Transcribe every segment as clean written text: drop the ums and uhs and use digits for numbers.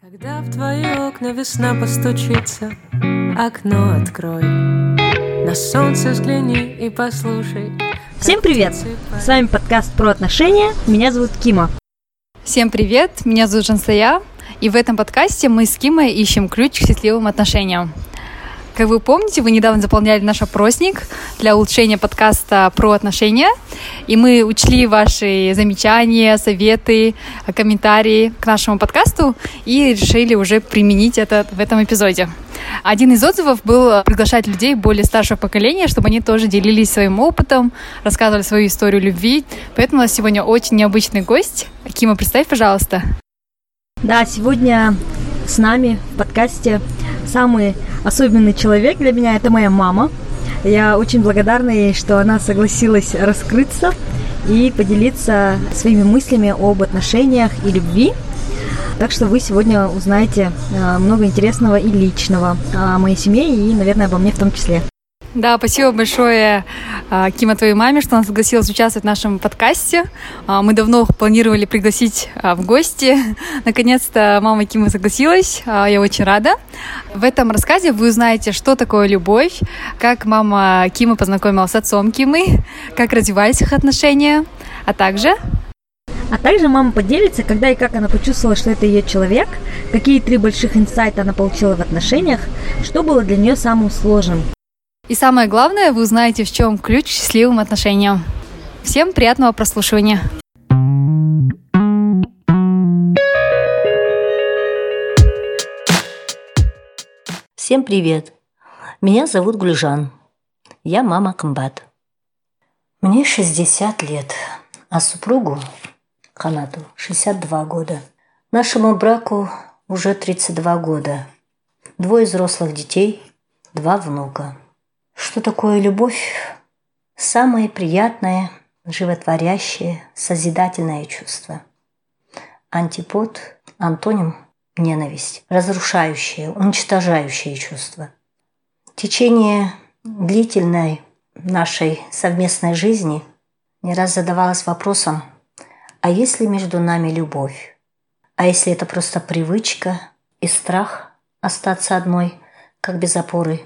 Когда в твои окна весна постучится, окно открой, на солнце взгляни и послушай. Всем привет! С вами подкаст про отношения, меня зовут Кима. Всем привет, меня зовут Жансая, и в этом подкасте мы с Кимой ищем ключ к счастливым отношениям. Как вы помните, вы недавно заполняли наш опросник для улучшения подкаста про отношения, и мы учли ваши замечания, советы, комментарии к нашему подкасту и решили уже применить это в этом эпизоде. Один из отзывов был приглашать людей более старшего поколения, чтобы они тоже делились своим опытом, рассказывали свою историю любви. Поэтому у нас сегодня очень необычный гость. Кима, представь, пожалуйста. Да, сегодня с нами в подкасте самый особенный человек для меня – это моя мама. Я очень благодарна ей, что она согласилась раскрыться и поделиться своими мыслями об отношениях и любви. Так что вы сегодня узнаете много интересного и личного о моей семье и, наверное, обо мне в том числе. Да, спасибо большое, Кима, твоей маме, что она согласилась участвовать в нашем подкасте. Мы давно планировали пригласить в гости. Наконец-то мама Кимы согласилась. Я очень рада. В этом рассказе вы узнаете, что такое любовь, как мама Кимы познакомилась с отцом Кимы, как развивались их отношения, а также мама поделится, когда и как она почувствовала, что это ее человек, какие 3 больших инсайта она получила в отношениях, что было для нее самым сложным. И самое главное, вы узнаете, в чем ключ к счастливым отношениям. Всем приятного прослушивания. Всем привет! Меня зовут Гульжан. Я мама Комбат. Мне 60 лет, а супругу Канату 62 года. Нашему браку уже 32 года. 2 взрослых детей, 2 внука. Что такое любовь? Самое приятное, животворящее, созидательное чувство. Антипод, антоним – ненависть, разрушающее, уничтожающее чувство. В течение длительной нашей совместной жизни не раз задавалась вопросом, а есть ли между нами любовь? А если это просто привычка и страх остаться одной, как без опоры?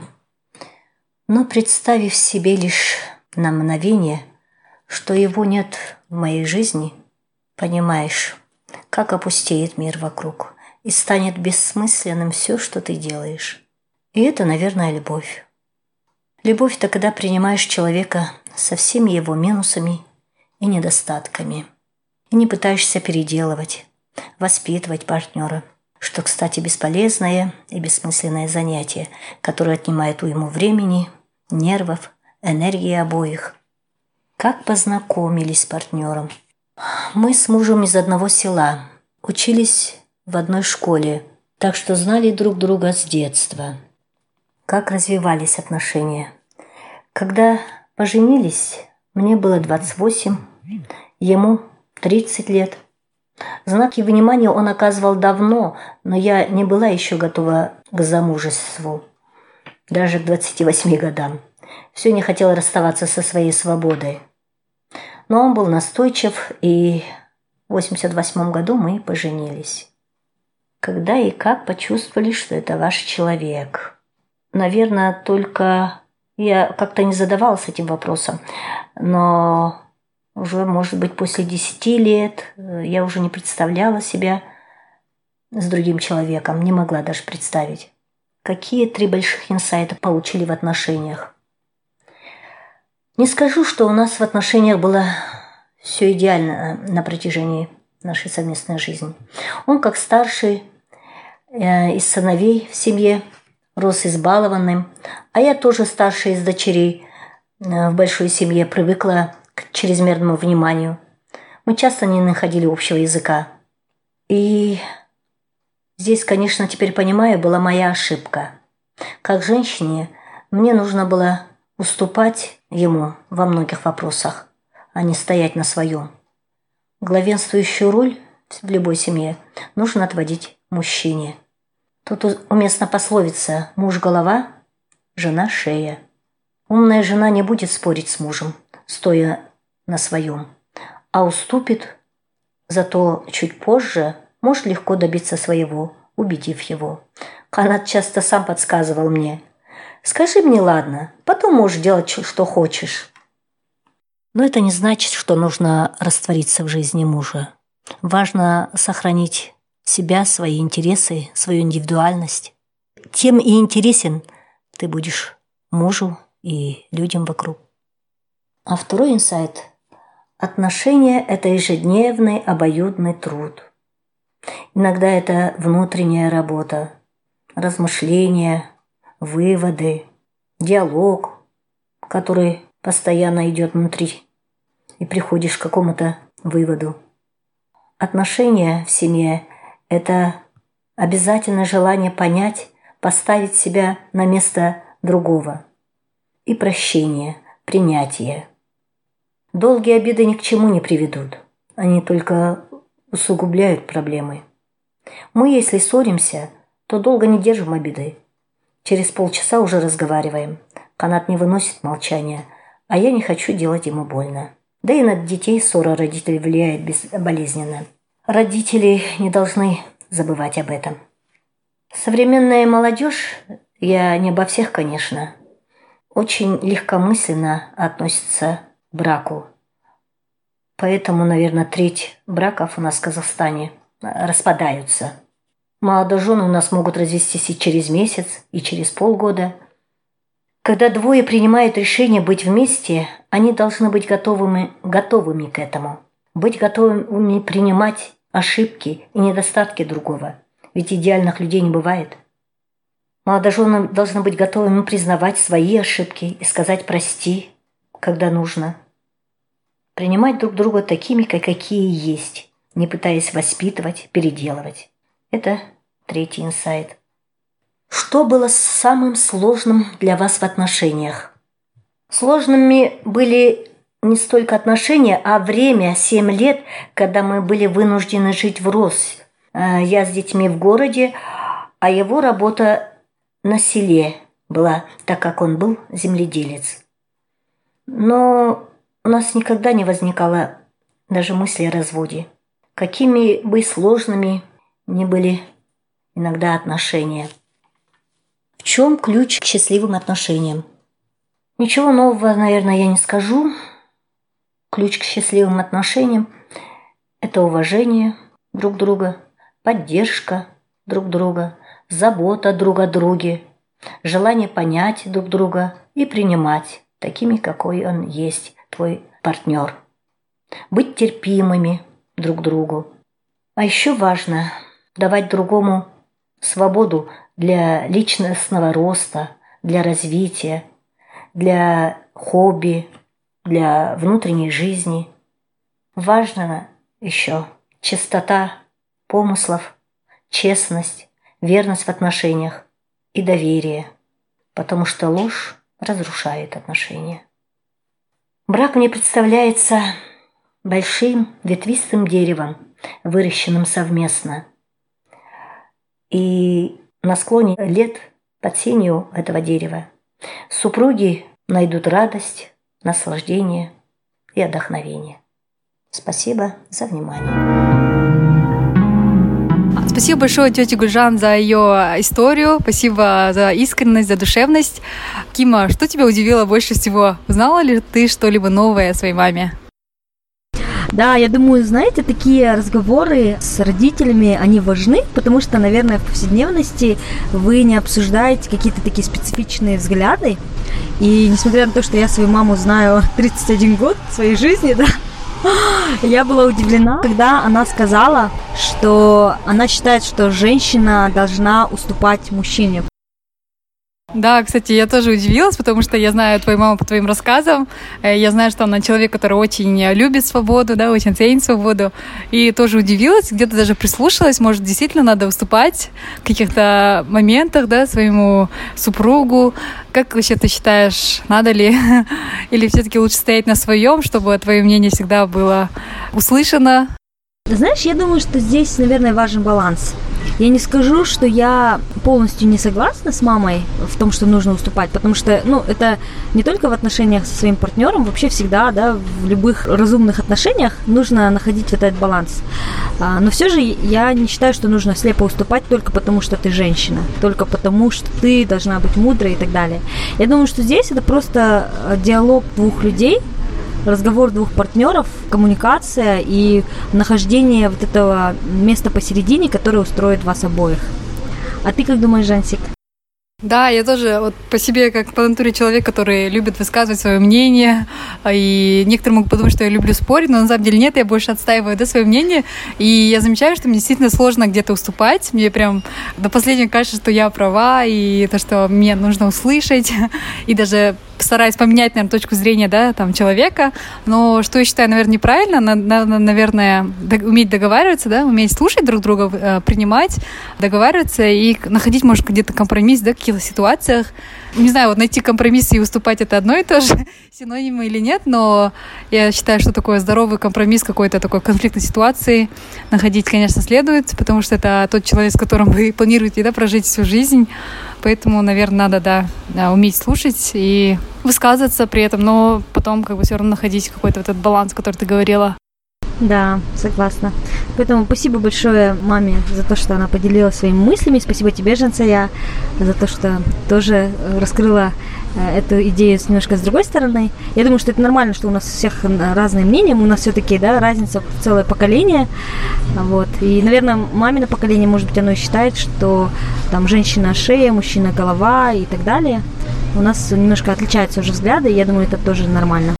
Но представив себе лишь на мгновение, что его нет в моей жизни, понимаешь, как опустеет мир вокруг и станет бессмысленным все, что ты делаешь. И это, наверное, любовь. Любовь – это когда принимаешь человека со всеми его минусами и недостатками. И не пытаешься переделывать, воспитывать партнера, что, кстати, бесполезное и бессмысленное занятие, которое отнимает уйму времени, нервов, энергии обоих. Как познакомились с партнером? Мы с мужем из одного села, учились в одной школе, так что знали друг друга с детства. Как развивались отношения? Когда поженились, мне было 28, ему 30 лет. Знаки внимания он оказывал давно, но я не была еще готова к замужеству. Даже к 28 годам. Все не хотел расставаться со своей свободой. Но он был настойчив, и в 88 году мы поженились. Когда и как почувствовали, что это ваш человек? Наверное, только я как-то не задавалась этим вопросом, но уже, может быть, после 10 лет я уже не представляла себя с другим человеком, не могла даже представить. Какие 3 больших инсайта получили в отношениях? Не скажу, что у нас в отношениях было все идеально на протяжении нашей совместной жизни. Он, как старший из сыновей в семье, рос избалованным, а я тоже старшая из дочерей в большой семье, привыкла к чрезмерному вниманию. Мы часто не находили общего языка. И здесь, конечно, теперь понимаю, была моя ошибка. Как женщине мне нужно было уступать ему во многих вопросах, а не стоять на своем. Главенствующую роль в любой семье нужно отводить мужчине. Тут уместна пословица «муж – голова, жена – шея». Умная жена не будет спорить с мужем, стоя на своем, а уступит, зато чуть позже может легко добиться своего, убедив его. Канат часто сам подсказывал мне: «Скажи мне, ладно, потом можешь делать, что хочешь». Но это не значит, что нужно раствориться в жизни мужа. Важно сохранить себя, свои интересы, свою индивидуальность. Тем и интересен ты будешь мужу и людям вокруг. А второй инсайт – отношения – это ежедневный обоюдный труд. Иногда это внутренняя работа, размышления, выводы, диалог, который постоянно идет внутри, и приходишь к какому-то выводу. Отношения в семье – это обязательное желание понять, поставить себя на место другого. И прощение, принятие. Долгие обиды ни к чему не приведут. Они только усугубляют проблемы. Мы, если ссоримся, то долго не держим обиды. Через полчаса уже разговариваем. Канат не выносит молчания, а я не хочу делать ему больно. Да и на детей ссора родителей влияет безболезненно. Родители не должны забывать об этом. Современная молодежь, я не обо всех, конечно, очень легкомысленно относится к браку. Поэтому, наверное, треть браков у нас в Казахстане распадаются. Молодожены у нас могут развестись и через месяц, и через полгода. Когда двое принимают решение быть вместе, они должны быть готовыми к этому. Быть готовыми принимать ошибки и недостатки другого. Ведь идеальных людей не бывает. Молодожены должны быть готовыми признавать свои ошибки и сказать «прости», когда нужно. Принимать друг друга такими, какие есть, не пытаясь воспитывать, переделывать. Это третий инсайт. Что было самым сложным для вас в отношениях? Сложными были не столько отношения, а время, 7 лет, когда мы были вынуждены жить врозь. Я с детьми в городе, а его работа на селе была, так как он был земледелец. Но у нас никогда не возникало даже мысли о разводе. Какими бы сложными ни были иногда отношения. В чем ключ к счастливым отношениям? Ничего нового, наверное, я не скажу. Ключ к счастливым отношениям – это уважение друг друга, поддержка друг друга, забота друг о друге, желание понять друг друга и принимать такими, какой он есть, твой партнер. Быть терпимыми друг другу. А еще важно давать другому свободу для личностного роста, для развития, для хобби, для внутренней жизни. Важно еще чистота помыслов, честность, верность в отношениях и доверие, потому что ложь разрушает отношения. Брак мне представляется большим ветвистым деревом, выращенным совместно. И на склоне лет, под сенью этого дерева, супруги найдут радость, наслаждение и вдохновение. Спасибо за внимание. Спасибо большое тете Гульжан за ее историю, спасибо за искренность, за душевность. Кима, что тебя удивило больше всего? Узнала ли ты что-либо новое о своей маме? Да, я думаю, знаете, такие разговоры с родителями, они важны, потому что, наверное, в повседневности вы не обсуждаете какие-то такие специфичные взгляды. И несмотря на то, что я свою маму знаю 31 год своей жизни, да, я была удивлена, когда она сказала, что она считает, что женщина должна уступать мужчине. Да, кстати, я тоже удивилась, потому что я знаю твою маму по твоим рассказам. Я знаю, что она человек, который очень любит свободу, да, очень ценит свободу. И тоже удивилась, где-то даже прислушалась, может, действительно надо уступать в каких-то моментах, да, своему супругу. Как вообще ты считаешь, надо ли? Или все-таки лучше стоять на своем, чтобы твое мнение всегда было услышано? Знаешь, я думаю, что здесь, наверное, важен баланс. Я не скажу, что я полностью не согласна с мамой в том, что нужно уступать, потому что, это не только в отношениях со своим партнером, вообще всегда, да, в любых разумных отношениях нужно находить вот этот баланс. Но все же я не считаю, что нужно слепо уступать только потому, что ты женщина, только потому, что ты должна быть мудрой и так далее. Я думаю, что здесь это просто диалог двух людей, разговор двух партнеров, коммуникация и нахождение вот этого места посередине, которое устроит вас обоих. А ты как думаешь, Жансик? Да, я тоже вот по себе, как по натуре человек, который любит высказывать свое мнение, и некоторые могут подумать, что я люблю спорить, но на самом деле нет, я больше отстаиваю, да, свое мнение, и я замечаю, что мне действительно сложно где-то уступать, мне прям до последнего кажется, что я права, и то, что мне нужно услышать, и даже стараюсь поменять, наверное, точку зрения, да, там, человека, но что я считаю, наверное, неправильно, надо, наверное, уметь договариваться, да, уметь слушать друг друга, принимать, договариваться и находить, может, где-то компромисс, да, в каких-то ситуациях. Не знаю, вот найти компромисс и уступать — это одно и то же, синонимы или нет, но я считаю, что такой здоровый компромисс какой-то такой конфликтной ситуации находить, конечно, следует, потому что это тот человек, с которым вы планируете, да, прожить всю жизнь. Поэтому, наверное, надо, да, уметь слушать и высказываться при этом, но потом как бы все равно находить какой-то вот этот баланс, который ты говорила. Да, согласна. Поэтому спасибо большое маме за то, что она поделилась своими мыслями. Спасибо тебе, Жансая, за то, что тоже раскрыла эту идею немножко с другой стороны. Я думаю, что это нормально, что у нас у всех разные мнения. У нас все-таки, да, разница в целое поколение. Вот. И, наверное, мамино поколение, может быть, оно и считает, что там женщина шея, мужчина голова и так далее. У нас немножко отличаются уже взгляды, и я думаю, это тоже нормально.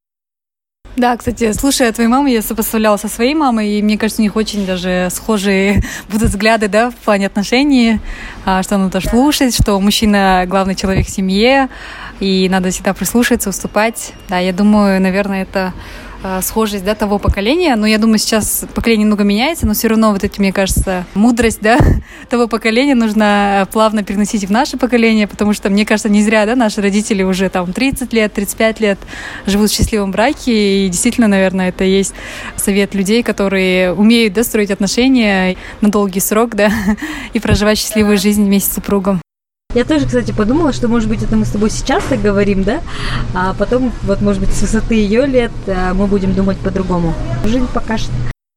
Да, кстати, слушая твою маму, я сопоставляла со своей мамой, и мне кажется, у них очень даже схожие будут взгляды, да, в плане отношений, что надо слушать, что мужчина главный человек в семье, и надо всегда прислушиваться, уступать. Да, я думаю, наверное, это схожесть, да, того поколения, но я думаю, сейчас поколение немного меняется, но все равно вот эти, мне кажется, мудрость, да, того поколения нужно плавно переносить в наше поколение, потому что, мне кажется, не зря, да, наши родители уже там 30 лет, 35 лет живут в счастливом браке, и действительно, наверное, это и есть совет людей, которые умеют, да, строить отношения на долгий срок, да, и проживать счастливую жизнь вместе с супругом. Я тоже, кстати, подумала, что, может быть, это мы с тобой сейчас так говорим, да? А потом, вот, может быть, с высоты ее лет мы будем думать по-другому. Жизнь покажет.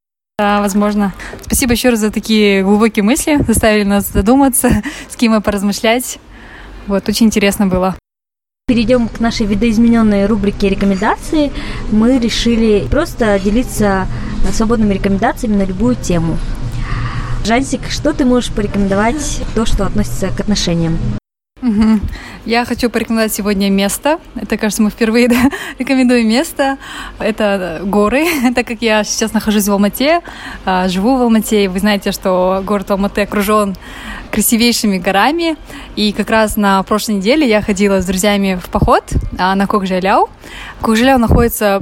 Да, возможно. Спасибо еще раз за такие глубокие мысли. Заставили нас задуматься, с кем поразмышлять. Вот, очень интересно было. Перейдем к нашей видоизмененной рубрике рекомендации. Мы решили просто делиться свободными рекомендациями на любую тему. Жансик, что ты можешь порекомендовать, то, что относится к отношениям? Я хочу порекомендовать сегодня место. Это, кажется, мы впервые, да, рекомендуем место. Это горы, так как я сейчас нахожусь в Алмате, живу в Алмате. И вы знаете, что город Алматы окружен красивейшими горами. И как раз на прошлой неделе я ходила с друзьями в поход на Кокжайляу. Кокжайляу находится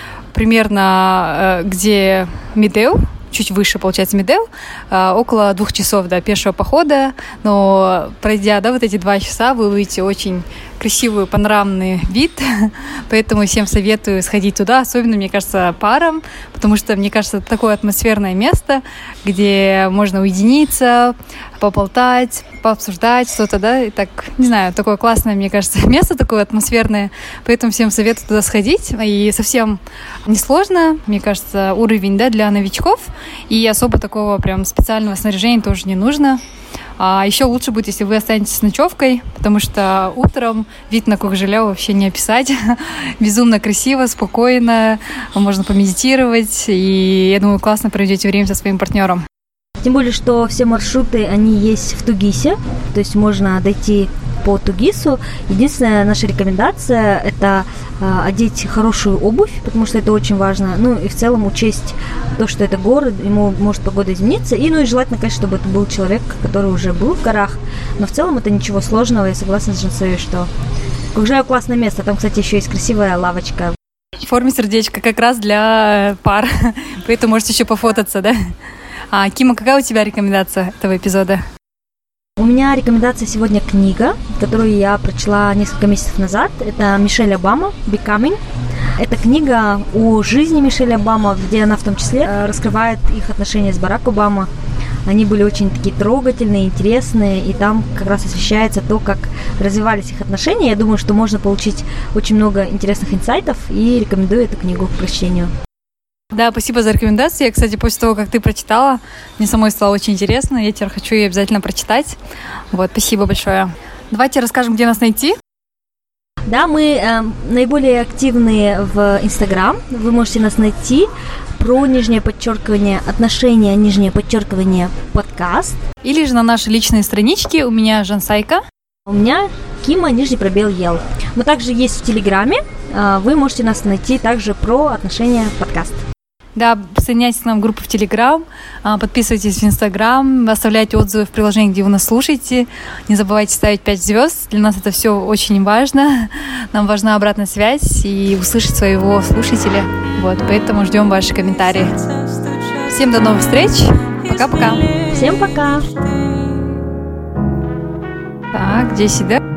примерно где Медеу, чуть выше, получается, Медеу, около 2 часов, да, пешего похода, но пройдя, да, вот эти 2 часа, вы увидите очень красивый панорамный вид, поэтому всем советую сходить туда, особенно, мне кажется, парам, потому что, мне кажется, это такое атмосферное место, где можно уединиться, поболтать, пообсуждать что-то, да, и так, не знаю, такое классное, мне кажется, место такое атмосферное, поэтому всем советую туда сходить, и совсем несложно, мне кажется, уровень, да, для новичков, и особо такого прям специального снаряжения тоже не нужно. А еще лучше будет, если вы останетесь с ночевкой, потому что утром вид на Кокжайляу вообще не описать. Безумно красиво, спокойно, можно помедитировать, и я думаю, классно проведете время со своим партнером. Тем более, что все маршруты, они есть в Тугисе, то есть можно дойти по Тугису. Единственная наша рекомендация – это одеть хорошую обувь, потому что это очень важно. Ну и в целом учесть то, что это город, ему может погода измениться. И, ну и желательно, конечно, чтобы это был человек, который уже был в горах. Но в целом это ничего сложного. Я согласна с Жансеей, что Кокжайляу классное место. Там, кстати, еще есть красивая лавочка. В форме сердечка как раз для пар. Поэтому можете еще пофотаться, да? Кима, какая у тебя рекомендация этого эпизода? У меня рекомендация сегодня книга, которую я прочла несколько месяцев назад. Это Мишель Обама «Becoming». Это книга о жизни Мишель Обама, где она в том числе раскрывает их отношения с Барак Обама. Они были очень такие трогательные, интересные, и там как раз освещается то, как развивались их отношения. Я думаю, что можно получить очень много интересных инсайтов, и рекомендую эту книгу к прочтению. Да, спасибо за рекомендации. Я, кстати, после того, как ты прочитала, мне самой стало очень интересно. Я теперь хочу ее обязательно прочитать. Вот, спасибо большое. Давайте расскажем, где нас найти. Да, мы наиболее активны в Инстаграм. Вы можете нас найти про _отношения, подкаст. Или же на нашей личной страничке. У меня Жансайка. У меня Кима, _ел. Мы также есть в Телеграме. Вы можете нас найти также про отношения подкаст. Да, присоединяйтесь к нам в группу в Телеграм, подписывайтесь в Инстаграм, оставляйте отзывы в приложении, где вы нас слушаете. Не забывайте ставить 5 звезд. Для нас это все очень важно. Нам важна обратная связь и услышать своего слушателя. Вот, поэтому ждем ваши комментарии. Всем до новых встреч. Пока-пока. Всем пока. Так, 10, да?